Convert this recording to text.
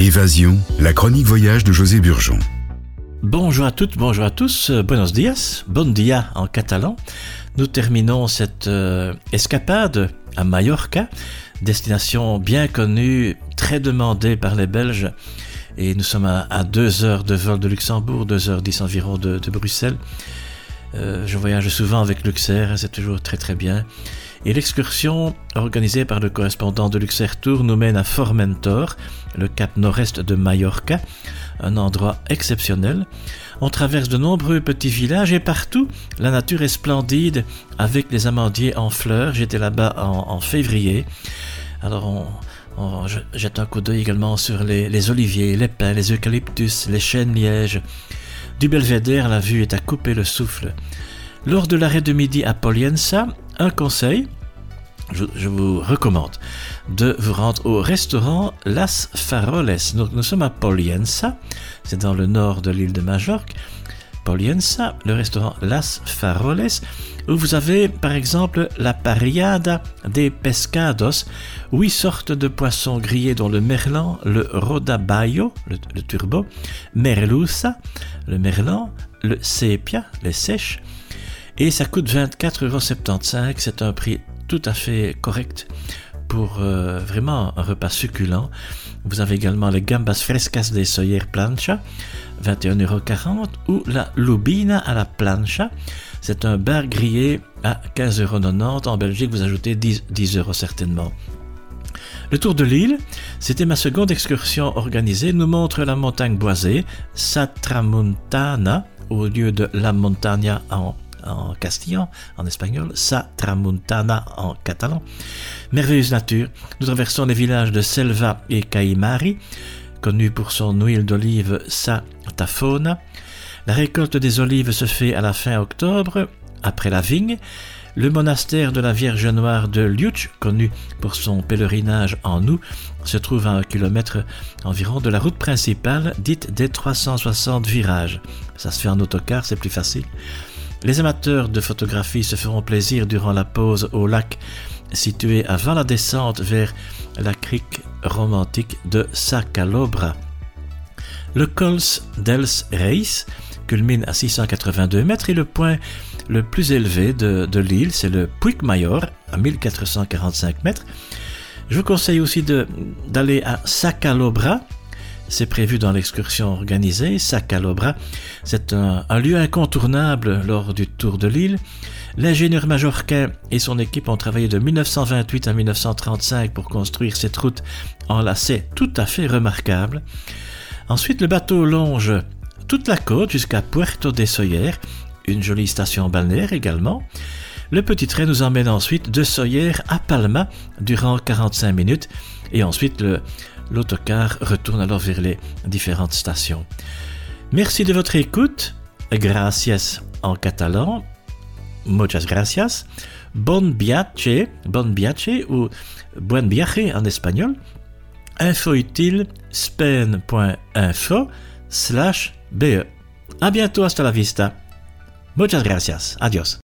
Évasion, la chronique voyage de José Burgeon. Bonjour à toutes, bonjour à tous, buenos dias, bon dia en catalan. Nous terminons cette escapade à Majorca, destination bien connue, très demandée par les Belges. Et nous sommes à 2 heures de vol de Luxembourg, 2h10 environ de Bruxelles. Je voyage souvent avec Luxair, c'est toujours très très bien. Et l'excursion organisée par le correspondant de Luxair Tour nous mène à Formentor, le cap nord-est de Majorca, un endroit exceptionnel. On traverse de nombreux petits villages et partout, la nature est splendide avec les amandiers en fleurs. J'étais là-bas en février. Alors je jette un coup d'œil également sur les oliviers, les pins, les eucalyptus, les chênes lièges. Du belvédère, la vue est à couper le souffle. Lors de l'arrêt de midi à Pollença, un conseil, je vous recommande de vous rendre au restaurant Las Faroles. Nous sommes à Pollença, c'est dans le nord de l'île de Majorque. Pollença, le restaurant Las Faroles, où vous avez par exemple la parrillada de pescados, 8 sortes de poissons grillés dont le merlan, le rodaballo, le turbo, merluza, le merlan, le sepia, les sèches, et ça coûte 24,75 €. C'est un prix tout à fait correct pour vraiment un repas succulent. Vous avez également les gambas frescas de Soyer Plancha, 21,40 €, ou la lubina à la plancha. C'est un bar grillé à 15,90 €. En Belgique, vous ajoutez 10 € certainement. Le tour de l'île, c'était ma seconde excursion organisée, nous montre la montagne boisée, Sa Tramuntana, au lieu de la Montaña en castillan, en espagnol, Sa Tramuntana en catalan. Merveilleuse nature, nous traversons les villages de Selva et Caimari, connu pour son huile d'olive Sa Tafona. La récolte des olives se fait à la fin octobre, après la vigne. Le monastère de la Vierge Noire de Liuch, connu pour son pèlerinage en août, se trouve à 1 kilomètre environ de la route principale, dite des 360 virages. Ça se fait en autocar, c'est plus facile. Les amateurs de photographie se feront plaisir durant la pause au lac situé avant la descente vers la crique romantique de Sa Calobra. Le Cols dels Reis culmine à 682 mètres et le point le plus élevé de l'île, c'est le Puigmayor à 1445 mètres. Je vous conseille aussi d'aller à Sa Calobra. C'est prévu dans l'excursion organisée. Sa Calobra, c'est un lieu incontournable lors du tour de l'île. L'ingénieur majorcain et son équipe ont travaillé de 1928 à 1935 pour construire cette route en lacets tout à fait remarquable. Ensuite, le bateau longe toute la côte jusqu'à Puerto de Soyer, une jolie station balnéaire également. Le petit train nous emmène ensuite de Soyer à Palma durant 45 minutes et ensuite l'autocar retourne alors vers les différentes stations. Merci de votre écoute. Gracias en catalan. Muchas gracias. Bon viaje ou buen viaje en espagnol. Info utile spain.info/be. À bientôt, hasta la vista. Muchas gracias. Adiós.